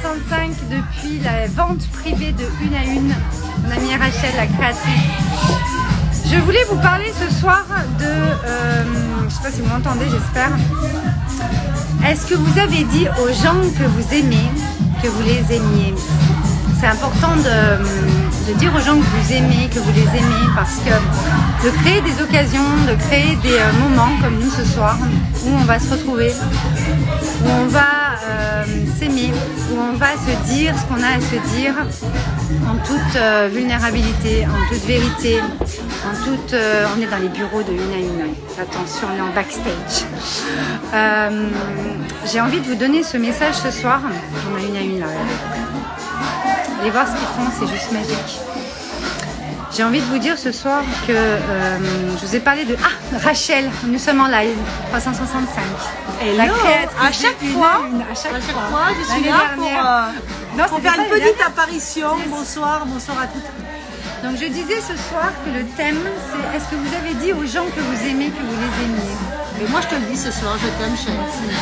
365 depuis la vente privée de Une à Une. Mon amie Rachel, la créatrice. Je voulais vous parler ce soir de... je ne sais pas si vous m'entendez, j'espère. Est-ce que vous avez dit aux gens que vous aimez, que vous les aimiez? C'est important de dire aux gens que vous aimez, que vous les aimez, parce que de créer des occasions, de créer des moments comme nous ce soir, où on va se retrouver, où on va s'aimer, où on va se dire ce qu'on a à se dire en toute vulnérabilité, en toute vérité, on est dans les bureaux de Une à Une. Attention, on est en backstage. J'ai envie de vous donner ce message ce soir. On a Une à Une là. Allez voir ce qu'ils font, c'est juste magique. J'ai envie de vous dire ce soir que je vous ai parlé de Rachel, nous sommes en live 365. Et la créatrice à chaque fois, je suis là pour faire une petite apparition. Bonsoir à toutes. Donc je disais ce soir que le thème c'est est-ce que vous avez dit aux gens que vous aimez, que vous les aimiez? Et moi je te le dis ce soir, je t'aime chérie.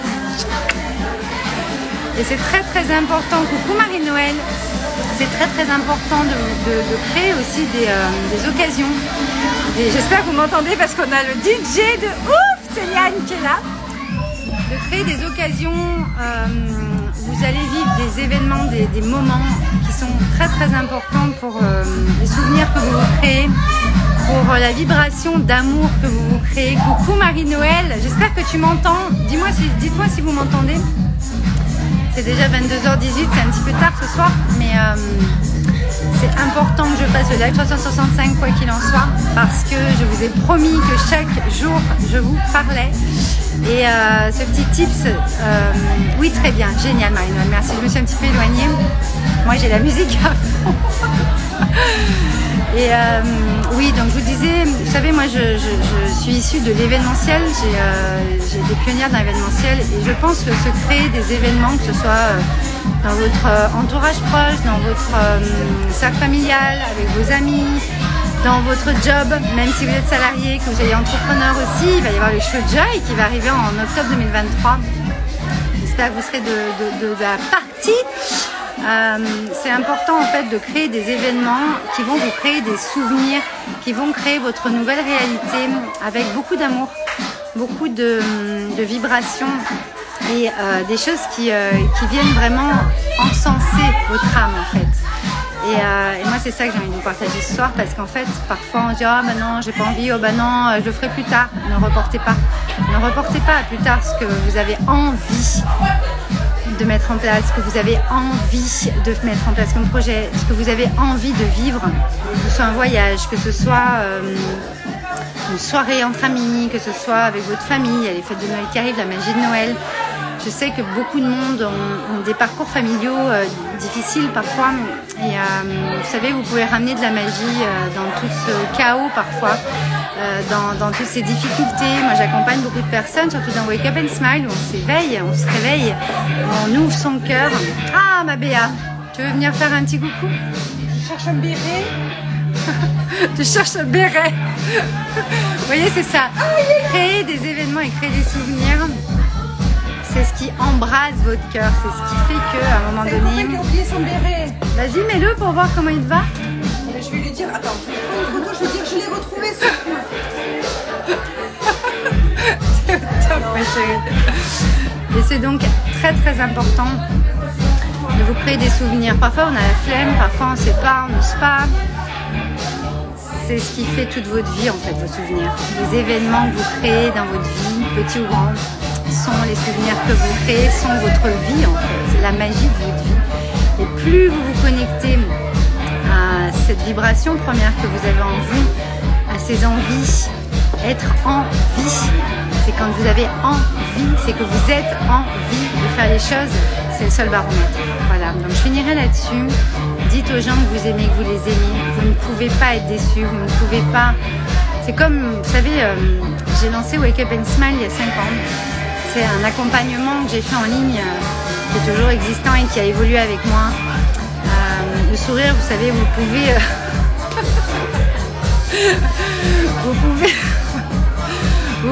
Et c'est très très important, coucou Marie-Noël, c'est très très important de créer aussi des occasions. Et j'espère que vous m'entendez parce qu'on a le DJ de ouf, c'est Yann qui est là. De créer des occasions, vous allez vivre des événements, des moments qui sont très très importants pour les souvenirs que vous vous créez, pour la vibration d'amour que vous vous créez. Coucou Marie-Noël, j'espère que tu m'entends. Dites-moi si vous m'entendez. C'est déjà 22h18, c'est un petit peu tard ce soir, mais c'est important que je fasse le live 365 quoi qu'il en soit, parce que je vous ai promis que chaque jour je vous parlais. Et ce petit tips, oui très bien, génial Marie-Noël, merci, je me suis un petit peu éloignée. Moi j'ai la musique à fond. Et oui, donc je vous disais, vous savez, moi je suis issue de l'événementiel, j'ai été pionnière dans l'événementiel et je pense que se créer des événements, que ce soit dans votre entourage proche, dans votre cercle familial, avec vos amis, dans votre job, même si vous êtes salarié, que vous êtes entrepreneur aussi, il va y avoir le show Joy qui va arriver en octobre 2023. J'espère que vous serez de la partie. C'est important en fait de créer des événements qui vont vous créer des souvenirs, qui vont créer votre nouvelle réalité avec beaucoup d'amour, beaucoup de vibrations et des choses qui viennent vraiment encenser votre âme en fait. Et moi c'est ça que j'ai envie de vous partager ce soir, parce qu'en fait parfois on se dit bah non j'ai pas envie, oh bah non je le ferai plus tard. Ne reportez pas à plus tard ce que vous avez envie de mettre en place, ce que vous avez envie de mettre en place comme projet, ce que vous avez envie de vivre, que ce soit un voyage, que ce soit une soirée entre amis, que ce soit avec votre famille. Il y a les fêtes de Noël qui arrivent, la magie de Noël. Je sais que beaucoup de monde ont des parcours familiaux difficiles parfois, et vous savez, vous pouvez ramener de la magie dans tout ce chaos parfois, dans toutes ces difficultés. Moi j'accompagne beaucoup de personnes, surtout dans Wake Up and Smile, où on s'éveille, on se réveille, on ouvre son cœur. Ah ma Béa, tu veux venir faire un petit coucou? Je cherche un béret. Tu cherches un béret. Vous voyez, c'est ça, créer des événements et créer des souvenirs. C'est ce qui embrase votre cœur, c'est ce qui fait qu'à un moment donné... Qui a oublié son béret. Vas-y, mets-le pour voir comment il va. Je vais lui dire, attends, je vais prendre une photo, je vais dire, je l'ai retrouvé ce C'est top, ma chérie. Et c'est donc très très important de vous créer des souvenirs. Parfois on a la flemme, parfois on ne sait pas, on n'ose pas. C'est ce qui fait toute votre vie en fait, vos souvenirs. Les événements que vous créez dans votre vie, petits ou grands, sont les souvenirs que vous créez, sont votre vie en fait. C'est la magie de votre vie. Et plus vous vous connectez à cette vibration première que vous avez en vous, à ces envies, être en vie, c'est quand vous avez envie, c'est que vous êtes en vie de faire les choses, c'est le seul baromètre. Voilà, donc je finirai là-dessus. Dites aux gens que vous aimez, que vous les aimez. Vous ne pouvez pas être déçus, vous ne pouvez pas... C'est comme, vous savez, j'ai lancé Wake Up and Smile il y a 5 ans. C'est un accompagnement que j'ai fait en ligne, qui est toujours existant et qui a évolué avec moi. Le sourire, vous savez, vous pouvez... vous pouvez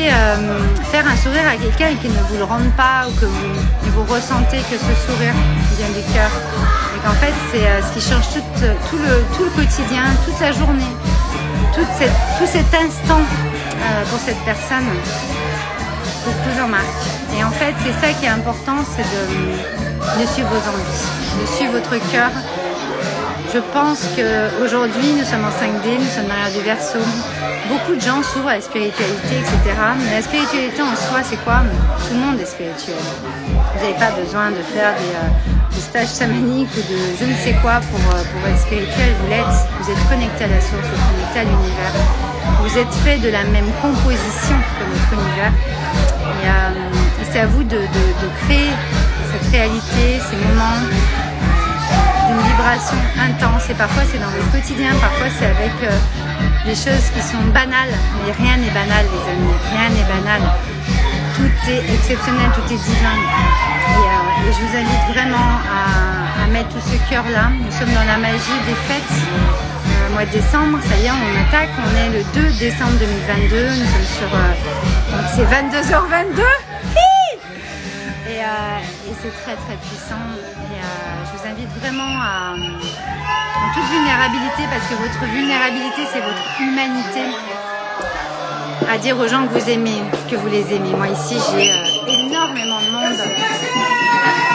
pouvez faire un sourire à quelqu'un et qu'il ne vous le rende pas, ou que vous ressentez que ce sourire vient du cœur. Et qu'en fait, c'est ce qui change tout le quotidien, toute la journée, tout cet instant pour cette personne, pour que Jean-Marc. Et en fait, c'est ça qui est important, c'est de suivre vos envies, de suivre votre cœur. Je pense qu'aujourd'hui, nous sommes en 5D, nous sommes derrière du Verseau. Beaucoup de gens s'ouvrent à la spiritualité, etc. Mais la spiritualité en soi, c'est quoi? Tout le monde est spirituel. Vous n'avez pas besoin de faire des stages chamaniques ou de je ne sais quoi pour être spirituel. Vous l'êtes. Vous êtes connecté à la source, vous êtes connecté à l'univers. Vous êtes fait de la même composition que notre univers. Et c'est à vous de créer cette réalité, ces moments d'une vibration intense. Et parfois c'est dans le quotidien, parfois c'est avec des choses qui sont banales. Mais rien n'est banal, les amis, rien n'est banal. Tout est exceptionnel, tout est divin. Et je vous invite vraiment à mettre tout ce cœur-là. Nous sommes dans la magie des fêtes. Mois de décembre, ça y est, on attaque. On est le 2 décembre 2022. Nous sommes sur... donc c'est 22h22. Et c'est très très puissant. Et je vous invite vraiment en toute vulnérabilité, parce que votre vulnérabilité, c'est votre humanité, à dire aux gens que vous aimez, que vous les aimez. Moi ici, j'ai énormément de monde